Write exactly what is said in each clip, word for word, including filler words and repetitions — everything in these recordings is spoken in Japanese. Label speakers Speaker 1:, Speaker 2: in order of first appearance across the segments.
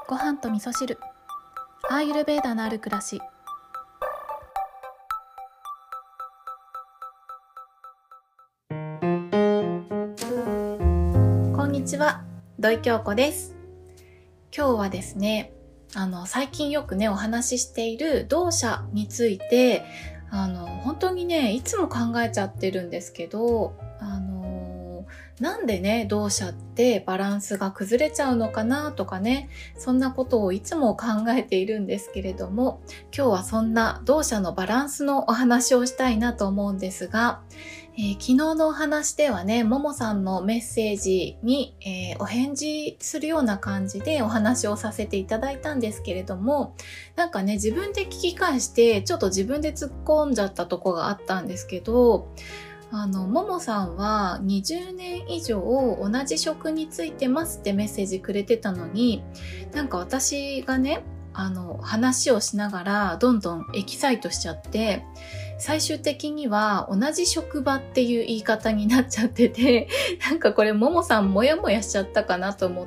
Speaker 1: ご飯と味噌汁、アーユルヴェーダのある暮らし。こんにちは、土井京子です。今日はですね、あの最近よくねお話ししている動作について、あの本当にねいつも考えちゃってるんですけど、あのなんでね動作ってバランスが崩れちゃうのかなとかね、そんなことをいつも考えているんですけれども、今日はそんな動作のバランスのお話をしたいなと思うんですが、えー、昨日のお話ではね、ももさんのメッセージに、えー、お返事するような感じでお話をさせていただいたんですけれども、なんかね自分で聞き返してちょっと自分で突っ込んじゃったとこがあったんですけど、あのももさんはにじゅうねん以上同じ職に就いてますってメッセージくれてたのに、なんか私がねあの話をしながらどんどんエキサイトしちゃって、最終的には同じ職場っていう言い方になっちゃってて、なんかこれももさんモヤモヤしちゃったかなと思って、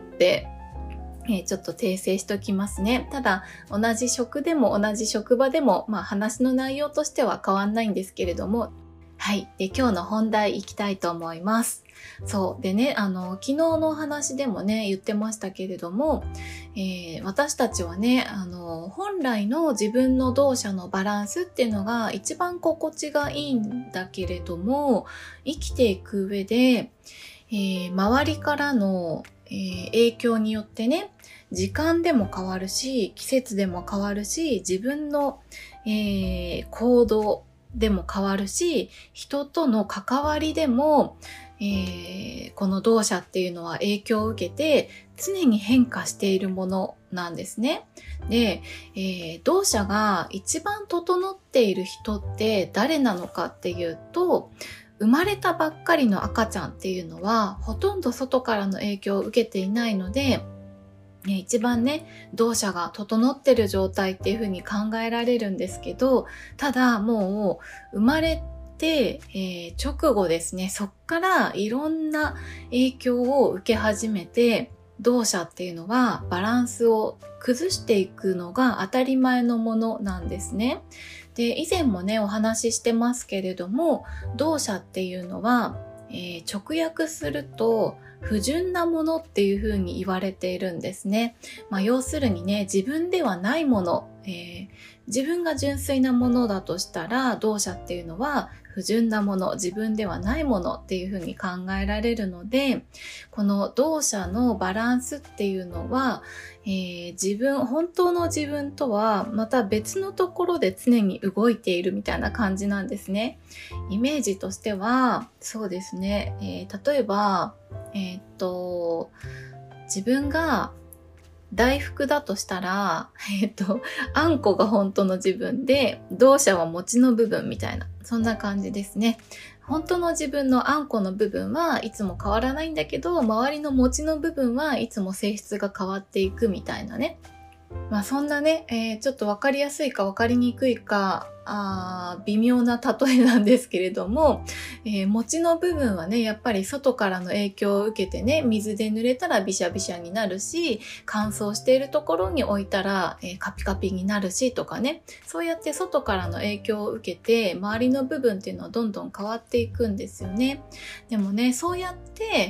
Speaker 1: えー、ちょっと訂正しときますね。ただ同じ職でも同じ職場でも、まあ、話の内容としては変わんないんですけれども、はい。で、今日の本題いきたいと思います。そう。でね、あの、昨日のお話でもね、言ってましたけれども、えー、私たちはね、あの、本来の自分の動作のバランスっていうのが一番心地がいいんだけれども、生きていく上で、えー、周りからの、えー、影響によってね、時間でも変わるし、季節でも変わるし、自分の、えー、行動、でも変わるし、人との関わりでも、えー、この動作っていうのは影響を受けて常に変化しているものなんですね。で、えー、動作が一番整っている人って誰なのかっていうと、生まれたばっかりの赤ちゃんっていうのはほとんど外からの影響を受けていないので、一番ね動作が整ってる状態っていう風に考えられるんですけど、ただもう生まれて、えー、直後ですね、そっからいろんな影響を受け始めて、動作っていうのはバランスを崩していくのが当たり前のものなんですね。で、以前もねお話ししてますけれども、動作っていうのは、えー、直訳すると不純なものっていう風に言われているんですね。まあ、要するにね、自分ではないもの、えー、自分が純粋なものだとしたら、動作っていうのは不純なもの、自分ではないものっていう風に考えられるので、この動作のバランスっていうのは、えー、自分、本当の自分とはまた別のところで常に動いているみたいな感じなんですね。イメージとしては、そうですね、えー、例えば、えー、っと、自分が大福だとしたら、えー、っと、あんこが本当の自分で、動作は餅の部分みたいな、そんな感じですね。本当の自分のあんこの部分はいつも変わらないんだけど、周りの餅の部分はいつも性質が変わっていくみたいなね。まあそんなね、えー、ちょっとわかりやすいかわかりにくいか、あ微妙な例えなんですけれども、えー、餅の部分はね、やっぱり外からの影響を受けてね、水で濡れたらビシャビシャになるし、乾燥しているところに置いたら、えー、カピカピになるしとかね、そうやって外からの影響を受けて、周りの部分っていうのはどんどん変わっていくんですよね。でもね、そうやって、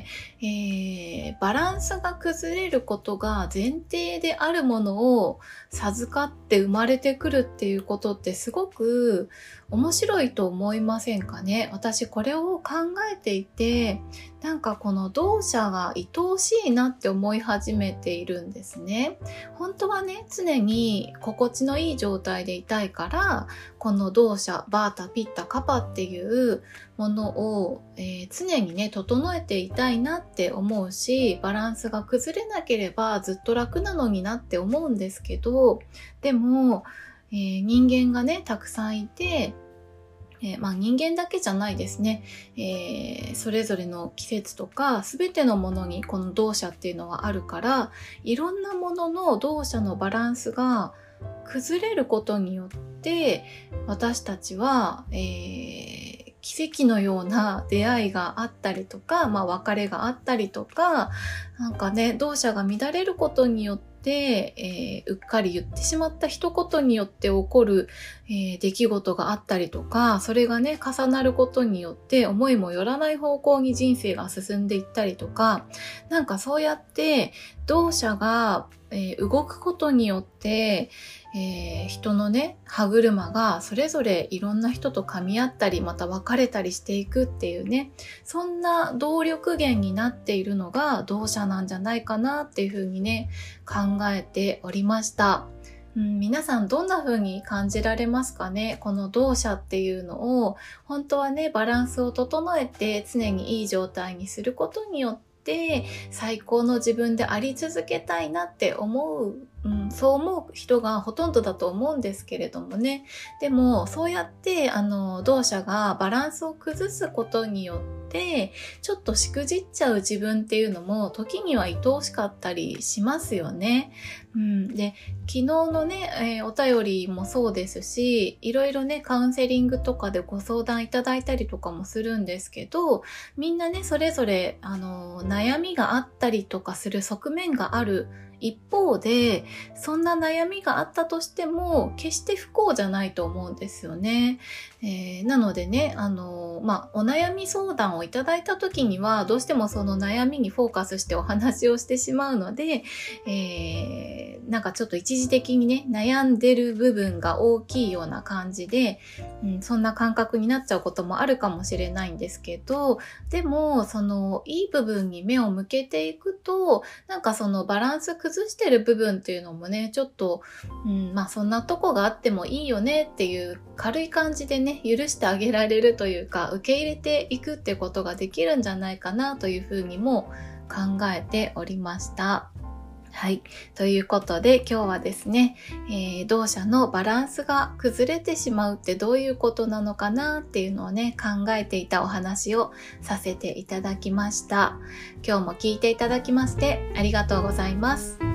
Speaker 1: えー、バランスが崩れることが前提であるものを授かって生まれてくるっていうことってすごく面白いと思いませんかね。私これを考えていて、なんかこの動作が愛おしいなって思い始めているんですね。本当はね、常に心地のいい状態でいたいから、この動作、バータ、ピッタ、カパっていうものを、えー、常にね、整えていたいなって思うし、バランスが崩れなければずっと楽なのになって思うんですけど、でも、えー、人間がね、たくさんいて、えーまあ、人間だけじゃないですね、えー、それぞれの季節とか全てのものにこの動作っていうのはあるから、いろんなものの動作のバランスが崩れることによって私たちは、えー、奇跡のような出会いがあったりとか、まあ、別れがあったりとか、なんかね、動作が乱れることによってて、えー、うっかり言ってしまった一言によって起こる、えー、出来事があったりとか、それがね、重なることによって思いもよらない方向に人生が進んでいったりとか、なんかそうやって動作が、えー、動くことによって、えー、人のね、歯車がそれぞれいろんな人と噛み合ったり、また別れたりしていくっていうね、そんな動力源になっているのが動作なんじゃないかなっていうふうにね、考えておりました。うん、皆さんどんな風に感じられますかね？この動作っていうのを本当はね、バランスを整えて常にいい状態にすることによって最高の自分であり続けたいなって思う、うん、そう思う人がほとんどだと思うんですけれどもね。でもそうやってあの動作がバランスを崩すことによってちょっとしくじっちゃう自分っていうのも時には愛おしかったりしますよね。うん、で昨日のね、えー、お便りもそうですし、いろいろねカウンセリングとかでご相談いただいたりとかもするんですけど、みんなねそれぞれあの悩みがあったりとかする側面がある一方で、そんな悩みがあったとしても決して不幸じゃないと思うんですよね。えー、なのでね、あのまあ、お悩み相談をいただいた時にはどうしてもその悩みにフォーカスしてお話をしてしまうので、えー、なんかちょっと一時的にね悩んでる部分が大きいような感じで、うん、そんな感覚になっちゃうこともあるかもしれないんですけど、でもそのいい部分に目を向けていくと、なんかそのバランス崩してる部分っていうのもね、ちょっと、うん、まあそんなとこがあってもいいよねっていう軽い感じでね、許してあげられるというか、受け入れていくってことができるんじゃないかなというふうにも考えておりました。はい。ということで今日はですね、えー、動作のバランスが崩れてしまうってどういうことなのかなっていうのをね、考えていたお話をさせていただきました。今日も聞いていただきましてありがとうございます。